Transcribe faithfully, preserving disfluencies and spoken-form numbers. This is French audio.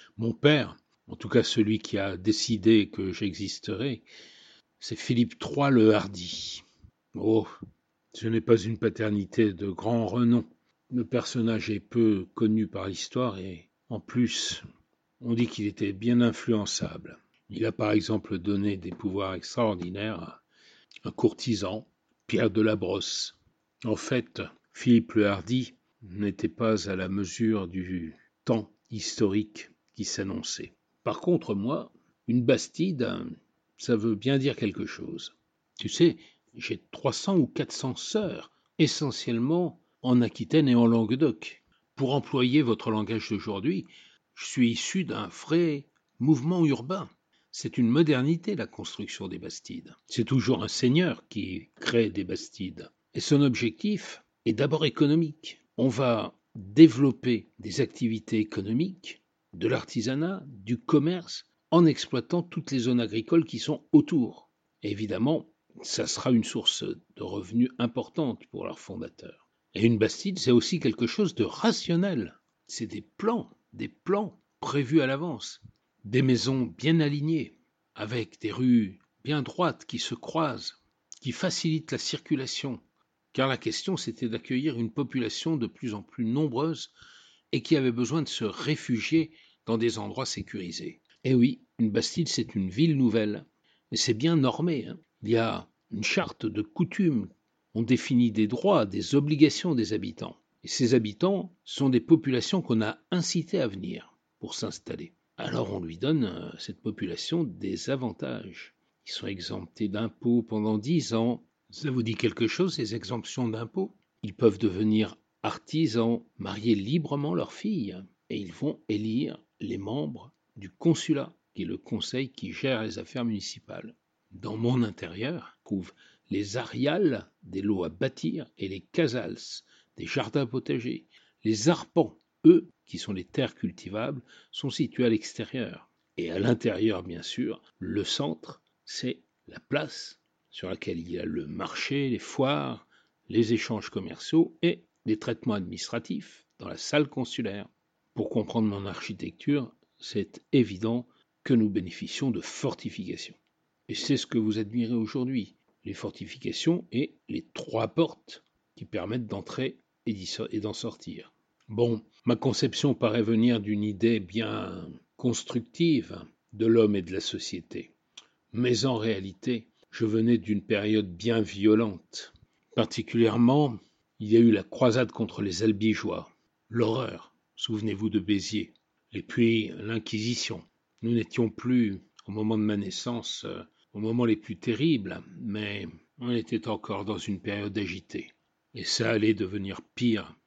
Mon père, en tout cas celui qui a décidé que j'existerais, c'est Philippe trois le Hardi. Oh, ce n'est pas une paternité de grand renom. Le personnage est peu connu par l'histoire et, en plus, on dit qu'il était bien influençable. Il a par exemple donné des pouvoirs extraordinaires à un courtisan, Pierre de la Brosse. En fait, Philippe le Hardi n'était pas à la mesure du temps historique qui s'annonçait. Par contre, moi, une Bastide, ça veut bien dire quelque chose. Tu sais, j'ai trois cents ou quatre cents sœurs, essentiellement en Aquitaine et en Languedoc. Pour employer votre langage d'aujourd'hui, je suis issu d'un vrai mouvement urbain. C'est une modernité, la construction des bastides. C'est toujours un seigneur qui crée des bastides. Et son objectif est d'abord économique. On va développer des activités économiques, de l'artisanat, du commerce, en exploitant toutes les zones agricoles qui sont autour. Et évidemment, ça sera une source de revenus importante pour leurs fondateurs. Et une bastide, c'est aussi quelque chose de rationnel. C'est des plans, des plans prévus à l'avance, des maisons bien alignées, avec des rues bien droites qui se croisent, qui facilitent la circulation, car la question c'était d'accueillir une population de plus en plus nombreuse et qui avait besoin de se réfugier dans des endroits sécurisés. Et oui, une bastide c'est une ville nouvelle, mais c'est bien normé, hein. Il y a une charte de coutumes, on définit des droits, des obligations des habitants. Et ces habitants sont des populations qu'on a incitées à venir pour s'installer. Alors on lui donne, euh, cette population, des avantages. Ils sont exemptés d'impôts pendant dix ans. Ça vous dit quelque chose, ces exemptions d'impôts? Ils peuvent devenir artisans, marier librement leurs filles, et ils vont élire les membres du consulat, qui est le conseil qui gère les affaires municipales. Dans mon intérieur, on trouve les arials, des lots à bâtir, et les casals, des jardins potagers. Les arpents, eux, qui sont les terres cultivables, sont situés à l'extérieur. Et à l'intérieur, bien sûr, le centre, c'est la place sur laquelle il y a le marché, les foires, les échanges commerciaux et les traitements administratifs dans la salle consulaire. Pour comprendre mon architecture, c'est évident que nous bénéficions de fortifications. Et c'est ce que vous admirez aujourd'hui, les fortifications et les trois portes qui permettent d'entrer et d'en sortir. Bon, ma conception paraît venir d'une idée bien constructive de l'homme et de la société. Mais en réalité, je venais d'une période bien violente. Particulièrement, il y a eu la croisade contre les Albigeois, l'horreur, souvenez-vous de Béziers, et puis l'Inquisition. Nous n'étions plus, au moment de ma naissance, euh, au moment les plus terribles, mais on était encore dans une période agitée. Et ça allait devenir pire